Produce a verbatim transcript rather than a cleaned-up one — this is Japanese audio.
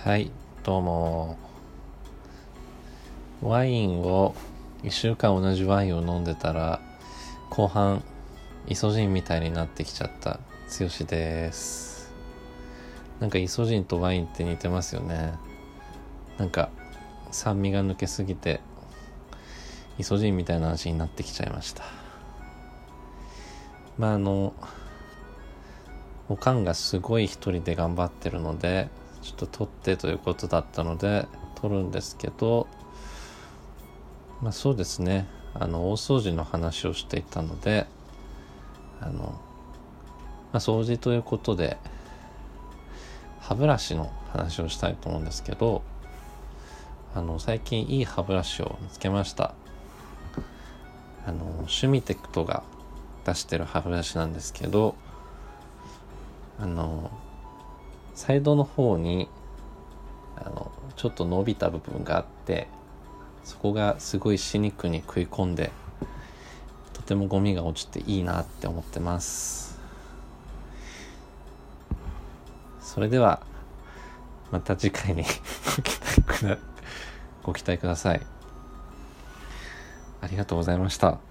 はい、どうも。ワインをいっしゅうかん同じワインを飲んでたら後半イソジンみたいになってきちゃったつよしです。なんかイソジンとワインって似てますよね。なんか酸味が抜けすぎてイソジンみたいな味になってきちゃいました。まああのおかんがすごい一人で頑張ってるのでちょっと撮ってということだったので撮るんですけど、まあそうですね、あの大掃除の話をしていたのであの、まあ、掃除ということで歯ブラシの話をしたいと思うんですけど、あの最近いい歯ブラシを見つけました。あのシュミテクトが出してる歯ブラシなんですけど、あのサイドの方にあのちょっと伸びた部分があって、そこがすごい歯肉に食い込んでとてもゴミが落ちていいなって思ってます。それではまた次回にご期待くだご期待ください。ありがとうございました。